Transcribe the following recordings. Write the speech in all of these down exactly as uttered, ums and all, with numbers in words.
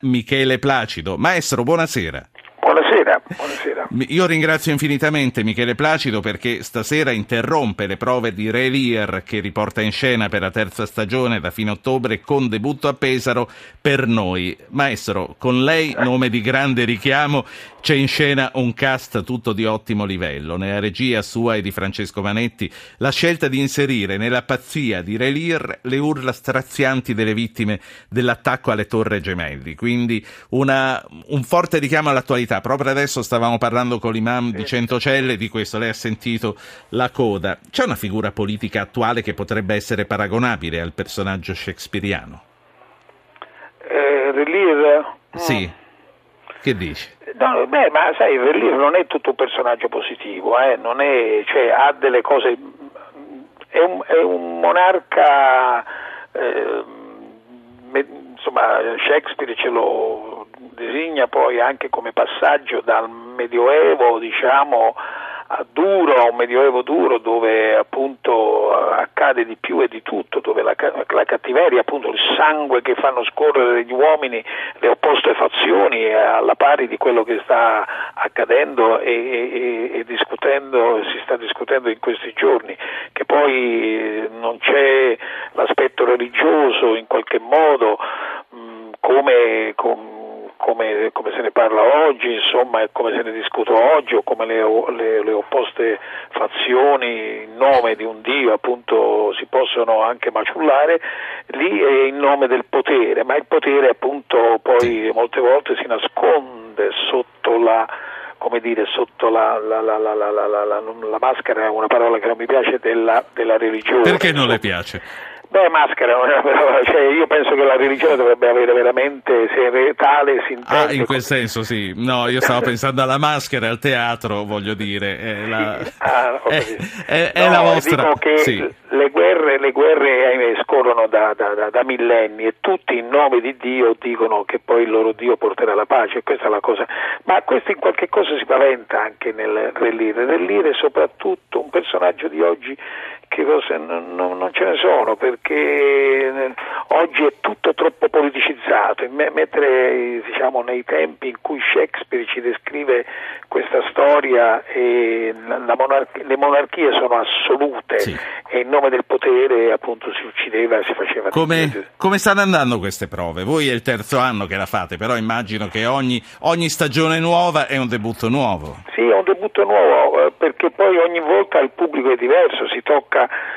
Michele Placido. Maestro, buonasera. Buonasera, buonasera. Io ringrazio infinitamente Michele Placido perché stasera interrompe le prove di Re Lear, che riporta in scena per la terza stagione da fine ottobre con debutto a Pesaro per noi. Maestro, con lei, nome di grande richiamo, c'è in scena un cast tutto di ottimo livello. Nella regia sua e di Francesco Manetti, la scelta di inserire nella pazzia di Re Lear le urla strazianti delle vittime dell'attacco alle Torri Gemelli. Quindi una, un forte richiamo all'attualità. Proprio adesso stavamo parlando con l'imam di Centocelle di questo, lei ha sentito la coda. C'è una figura politica attuale che potrebbe essere paragonabile al personaggio shakespeariano? Eh, Re Lear? Sì, che dici? No, beh, ma sai, Re Lear non è tutto un personaggio positivo, eh? Non è, cioè, ha delle cose, è un, è un monarca, eh, me, insomma, Shakespeare ce lo designa poi anche come passaggio dal medioevo, diciamo, a duro, a un medioevo duro dove appunto accade di più e di tutto, dove la, la cattiveria, appunto il sangue che fanno scorrere degli uomini, le opposte fazioni, è alla pari di quello che sta accadendo e, e, e discutendo, si sta discutendo in questi giorni, che poi non c'è l'aspetto religioso in qualche modo, mh, come, com, Come, come se ne parla oggi, insomma, come se ne discute oggi, o come le, le, le opposte fazioni in nome di un dio appunto si possono anche maciullare, lì è in nome del potere, ma il potere appunto poi molte volte si nasconde sotto la, come dire, sotto la, la, la, la, la, la, la, la, la maschera, è una parola che non mi piace, della, della religione. Perché non le piace? Beh, maschera, cioè io penso che la religione dovrebbe avere veramente, se tale si intende. Ah, in quel senso sì. No, io stavo pensando alla maschera, al teatro, voglio dire. È la, sì. ah, è, è, è no, la vostra... Dico che sì. le guerre, le guerre ahimè, scorrono da, da, da, da millenni e tutti in nome di Dio dicono che poi il loro Dio porterà la pace, e questa è la cosa. Ma questo in qualche cosa si paventa anche nel Re Lear. Re Lear è soprattutto un personaggio di oggi che cose, non, non, non ce ne sono, perché oggi è tutto troppo politicizzato, mentre diciamo nei tempi in cui Shakespeare ci descrive questa storia e la monarchia, le monarchie sono assolute, sì, e in nome del potere appunto si uccideva e si faceva. Come, come stanno andando queste prove? Voi è il terzo anno che la fate, però immagino che ogni, ogni stagione nuova è un debutto nuovo. Sì, è un debutto nuovo, perché poi ogni volta il pubblico è diverso, si tocca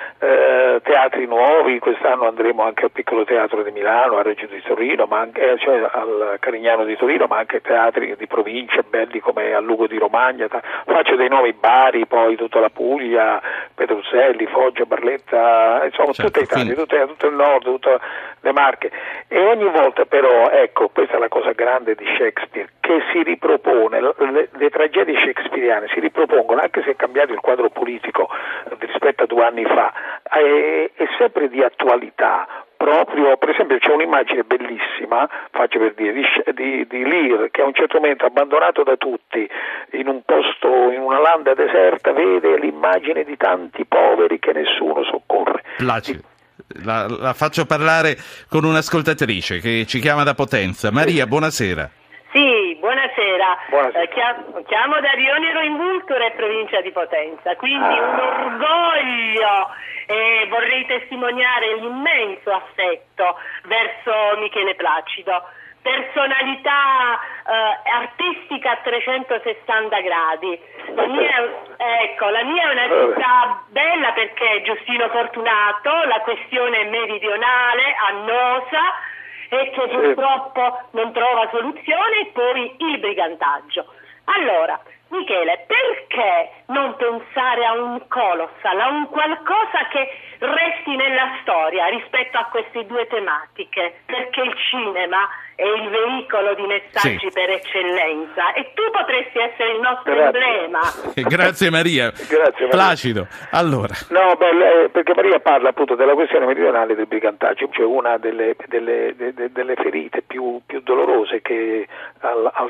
eh, teatri nuovi. Quest'anno andremo anche al Piccolo Teatro di Milano, al Regio di Torino, ma anche, eh, cioè al Carignano di Torino, ma anche teatri di provincia belli come a Lugo di Romagna. Faccio dei nomi: Bari, poi tutta la Puglia, Petruzzelli, Foggia, Barletta, insomma, certo, tutta Italia, quindi... tutto, tutto il nord, tutte le Marche. E ogni volta però, ecco, questa è la cosa grande di Shakespeare, che si ripropone, le, le tragedie shakespeariane si ripropongono, anche se è cambiato il quadro politico rispetto a due anni fa, è, è sempre di attualità. Proprio, per esempio, c'è un'immagine bellissima, faccio per dire, di, di, di Lear, che a un certo momento, abbandonato da tutti, in un posto, in una landa deserta, vede l'immagine di tanti poveri che nessuno soccorre. Placido. La, la faccio parlare con un'ascoltatrice che ci chiama da Potenza. Maria, buonasera. Sì, buonasera. Buonasera. Eh, chiamo, chiamo da Rionero in Vulture, provincia di Potenza, quindi ah. un orgoglio, e vorrei testimoniare l'immenso affetto verso Michele Placido. Personalità eh, artistica a trecentosessanta gradi. La mia, ecco, la mia è una città bella perché Giustino Fortunato, la questione meridionale, annosa, e che purtroppo non trova soluzione, e poi il brigantaggio. Allora, Michele, perché non pensare a un colossal, a un qualcosa che resti nella storia rispetto a queste due tematiche? Perché il cinema è il veicolo di messaggi, sì, per eccellenza, e tu potresti essere il nostro Grazie. emblema. Grazie Maria. Grazie Maria. Placido, allora. No, beh, perché Maria parla appunto della questione meridionale del brigantaggio, cioè una delle, delle, delle, delle ferite più, più dolorose che al, al,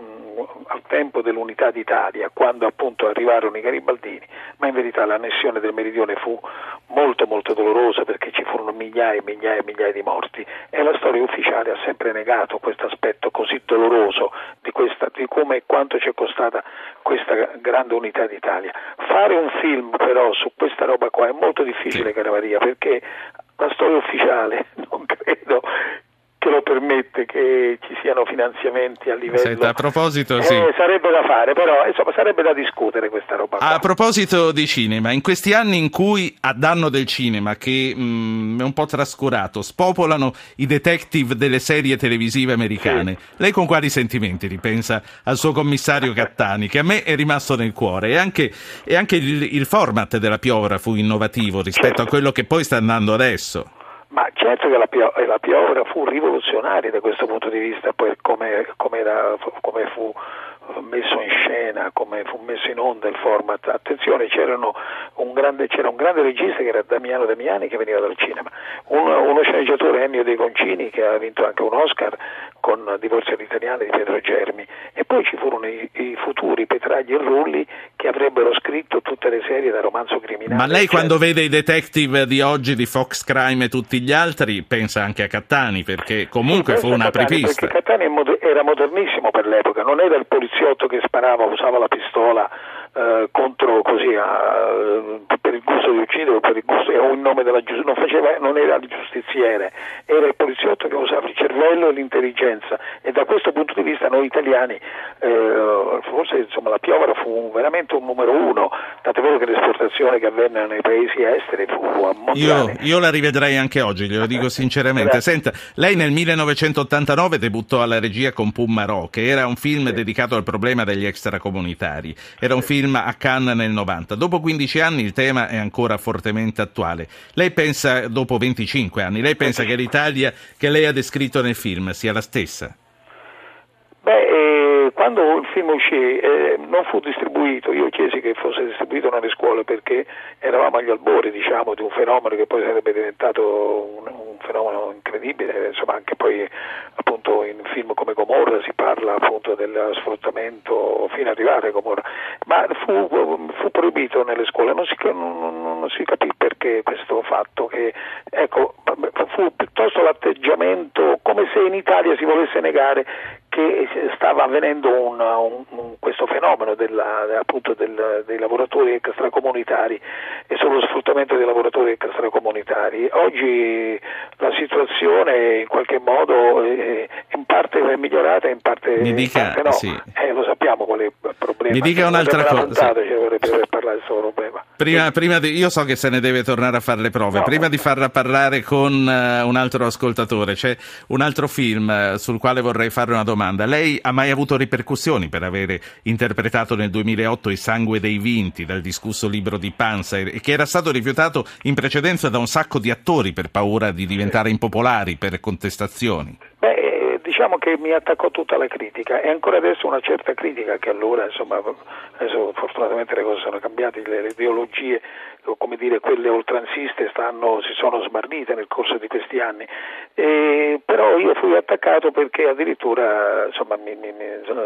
al tempo dell'unità d'Italia, quando appunto arrivarono i garibaldini, ma in verità l'annessione del meridione fu molto molto dolorosa, perché ci furono migliaia e migliaia e migliaia di morti, e la storia ufficiale ha sempre negato questo aspetto così doloroso di, questa, di come e quanto ci è costata questa grande unità d'Italia. Fare un film però su questa roba qua è molto difficile, cara Maria, perché la storia ufficiale non credo che lo permette, che ci siano finanziamenti a livello. Senta, a proposito, eh, sì. sarebbe da fare, però insomma sarebbe da discutere questa roba qua. A proposito di cinema, in questi anni in cui, a danno del cinema, che mh, è un po' trascurato, spopolano i detective delle serie televisive americane, sì. Lei con quali sentimenti ripensa al suo commissario Cattani, che a me è rimasto nel cuore, e anche, e anche il, il format della Piovra fu innovativo rispetto certo. a quello che poi sta andando adesso. Ma certo che la, Pio- la Piovra fu rivoluzionaria da questo punto di vista, poi come, come, era, come fu messo in scena, come fu messo in onda il format. Attenzione, c'erano un grande, c'era un grande regista che era Damiano Damiani, che veniva dal cinema, uno, uno sceneggiatore, Ennio De Concini, che ha vinto anche un Oscar con Divorzi all'italiana di Pietro Germi, e poi ci furono i, i futuri Petragli e Rulli che avrebbero scritto tutte le serie da romanzo criminale. Ma lei, eccetera. Quando vede i detective di oggi, di Fox Crime e tutti gli altri, pensa anche a Cattani, perché comunque sì, fu un apripista. Perché Cattani è moder- era modernissimo per l'epoca, non era il poliziotto che sparava, usava la pistola eh, contro così eh, per il gusto di uccidere o per il gusto o in nome della giustizia, non faceva, non era il giustiziere, era il poliziotto che usava il cervello e l'intelligenza, e da questo punto di vista noi italiani eh, forse insomma la Piovra fu veramente un numero uno, tant'è vero che l'esportazione che avvenne nei paesi esteri fu mondiale. Io, io la rivedrei anche oggi, glielo dico sinceramente. Senta, lei nel millenovecentottantanove debuttò alla regia con Pumarò, che era un film sì. dedicato al problema degli extracomunitari. Era un film a Cannes nel novanta. Dopo quindici anni il tema è ancora fortemente attuale. Lei pensa, dopo venticinque anni, lei pensa che l'Italia che lei ha descritto nel film sia la stessa? Beh, eh, quando il film uscì eh, non fu distribuito, io chiesi che fosse distribuito nelle scuole perché eravamo agli albori, diciamo, di un fenomeno che poi sarebbe diventato un, un fenomeno incredibile, insomma anche poi appunto in film come Gomorra si parla appunto del sfruttamento fino ad arrivare a Gomorra, ma fu, fu proibito nelle scuole, non si, non, non si capì perché questo fatto, che ecco, fu piuttosto l'atteggiamento come se in Italia si volesse negare che stava avvenendo un, un, un, questo fenomeno della, appunto del, dei lavoratori extracomunitari e sullo sfruttamento dei lavoratori extracomunitari. Oggi la situazione in qualche modo è, in parte è migliorata, in parte, Mi dica, in parte no. Sì. Eh, lo sappiamo qual è il problema. Mi dica un'altra cosa. Sì. Cioè, parlare del suo problema. Prima, prima di, io so che se ne deve tornare a fare le prove. No. Prima di farla parlare con uh, un altro ascoltatore, c'è un altro film uh, sul quale vorrei fare una domanda. Lei ha mai avuto ripercussioni per avere interpretato nel duemilaotto Il sangue dei vinti, dal discusso libro di Pansa, e che era stato rifiutato in precedenza da un sacco di attori per paura di diventare impopolari per contestazioni? Beh, diciamo che mi attaccò tutta la critica, e ancora adesso una certa critica, che allora insomma adesso fortunatamente le cose sono cambiate, le, le ideologie, come dire, quelle oltranziste stanno, si sono smarrite nel corso di questi anni, e, però io fui attaccato perché addirittura insomma mi, mi, mi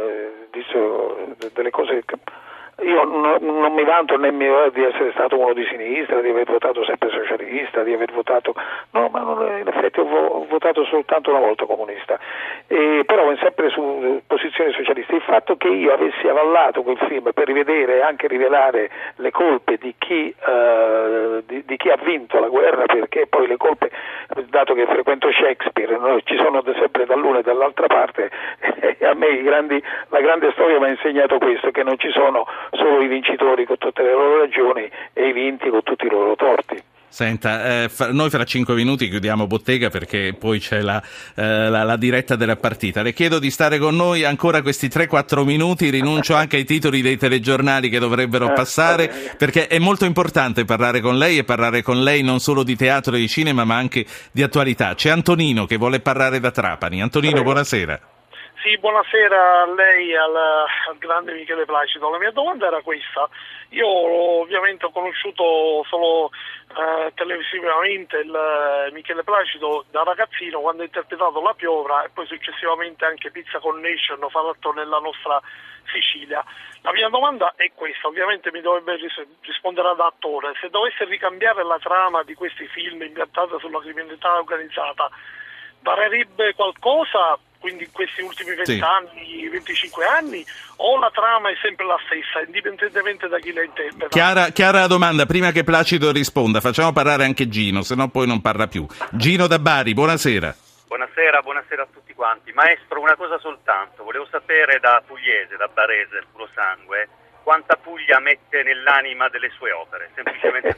dissero delle cose che io non, non mi vanto né mi di essere stato uno di sinistra, di aver votato sempre socialista, di aver votato, no, ma non, in effetti ho, ho votato soltanto una volta comunista, e, però sempre su posizioni socialiste. Il fatto che io avessi avallato quel film per rivedere e anche rivelare le colpe di chi, uh, di, di chi ha vinto la guerra, perché poi le colpe, dato che frequento Shakespeare, no, ci sono sempre dall'una e dall'altra parte, e a me i grandi, la grande storia mi ha insegnato questo, che non ci sono solo i vincitori con tutte le loro ragioni e i vinti con tutti i loro torti. Senta, eh, fra, noi fra cinque minuti chiudiamo bottega perché poi c'è la, eh, la, la diretta della partita. Le chiedo di stare con noi ancora questi tre quattro minuti, rinuncio anche ai titoli dei telegiornali che dovrebbero eh, passare, okay. Perché è molto importante parlare con lei e parlare con lei non solo di teatro e di cinema ma anche di attualità. C'è Antonino che vuole parlare da Trapani. Antonino, Prego. Buonasera. Sì, buonasera a lei e al, al grande Michele Placido. La mia domanda era questa. Io ovviamente ho conosciuto solo eh, televisivamente il eh, Michele Placido da ragazzino quando ha interpretato La Piovra e poi successivamente anche Pizza Connection fatto nella nostra Sicilia. La mia domanda è questa, ovviamente mi dovrebbe ris- rispondere da attore. Se dovesse ricambiare la trama di questi film impiantata sulla criminalità organizzata, varrebbe qualcosa? Quindi in questi ultimi vent'anni, venticinque anni, o la trama è sempre la stessa, indipendentemente da chi la interpreta? Chiara, chiara la domanda, prima che Placido risponda, facciamo parlare anche Gino, se no poi non parla più. Gino da Bari, buonasera. Buonasera, buonasera a tutti quanti. Maestro, una cosa soltanto, volevo sapere da pugliese, da barese, puro sangue, quanta Puglia mette nell'anima delle sue opere, semplicemente.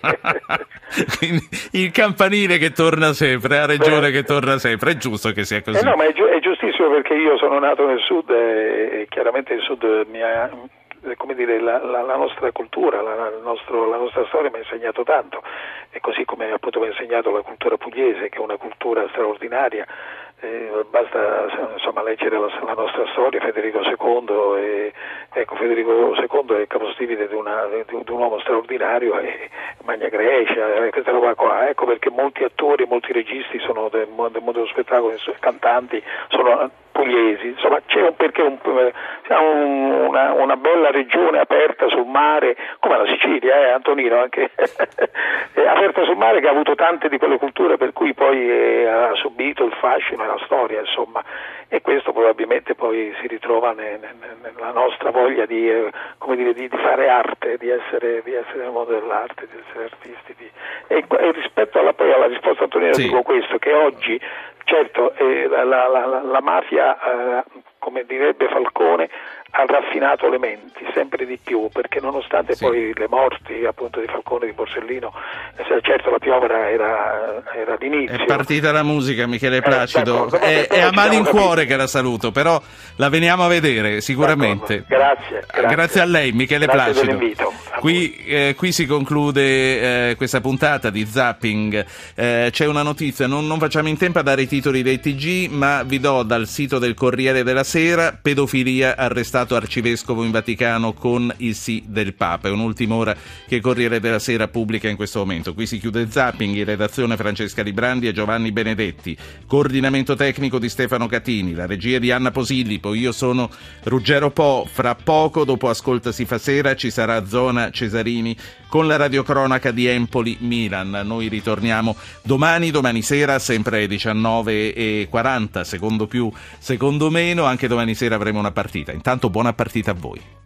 Quindi il campanile che torna sempre, la regione che torna sempre, è giusto che sia così. Eh no, ma è, gi- è giustissimo, perché io sono nato nel sud e, e chiaramente il sud mi ha, come dire, la, la, la nostra cultura, la, la, il nostro, la nostra storia mi ha insegnato tanto, e così come appunto mi ha insegnato la cultura pugliese, che è una cultura straordinaria. Eh, basta insomma leggere la, la nostra storia, Federico secondo, e, ecco, Federico secondo è capostipite di, una, di, di un uomo straordinario, e Magna Grecia, questa roba qua, ecco perché molti attori, molti registi sono del, del mondo dello spettacolo, cantanti, sono pugliesi, insomma c'è un perché un, un, una, una bella regione aperta sul mare, come la Sicilia, eh, Antonino, anche aperta sul mare, che ha avuto tante di quelle culture per cui poi eh, ha subito il fascino e la storia, insomma, e questo probabilmente poi si ritrova ne, ne, nella nostra voglia di, eh, come dire, di, di fare arte, di essere, di essere nel mondo dell'arte, di essere artisti. Di... E, e rispetto alla, poi alla risposta Antonino, sì, dico questo, che oggi certo eh, la, la, la, la mafia, eh, come direbbe Falcone, ha raffinato le menti sempre di più, perché nonostante sì. poi le morti appunto di Falcone, di Borsellino, eh, certo La Piovra era, era l'inizio. È partita la musica, Michele Placido, eh, è, è a malincuore che la saluto, però la veniamo a vedere sicuramente. Grazie, grazie. Grazie a lei, Michele grazie Placido. Dell'invito. Qui, eh, qui si conclude eh, questa puntata di Zapping. Eh, c'è una notizia, non, non facciamo in tempo a dare i titoli dei T G, ma vi do dal sito del Corriere della Sera: pedofilia, arrestato arcivescovo in Vaticano con il sì del Papa. È un'ultima ora che Corriere della Sera pubblica in questo momento. Qui si chiude Zapping, in redazione Francesca Librandi e Giovanni Benedetti, coordinamento tecnico di Stefano Catini, la regia di Anna Posillipo, io sono Ruggero Po. Fra poco, dopo Ascolta si fa sera, ci sarà Zona Cesarini con la radiocronaca di Empoli Milan. Noi ritorniamo domani, domani sera, sempre alle diciannove e quaranta, secondo più, secondo meno. Anche domani sera avremo una partita. Intanto buona partita a voi.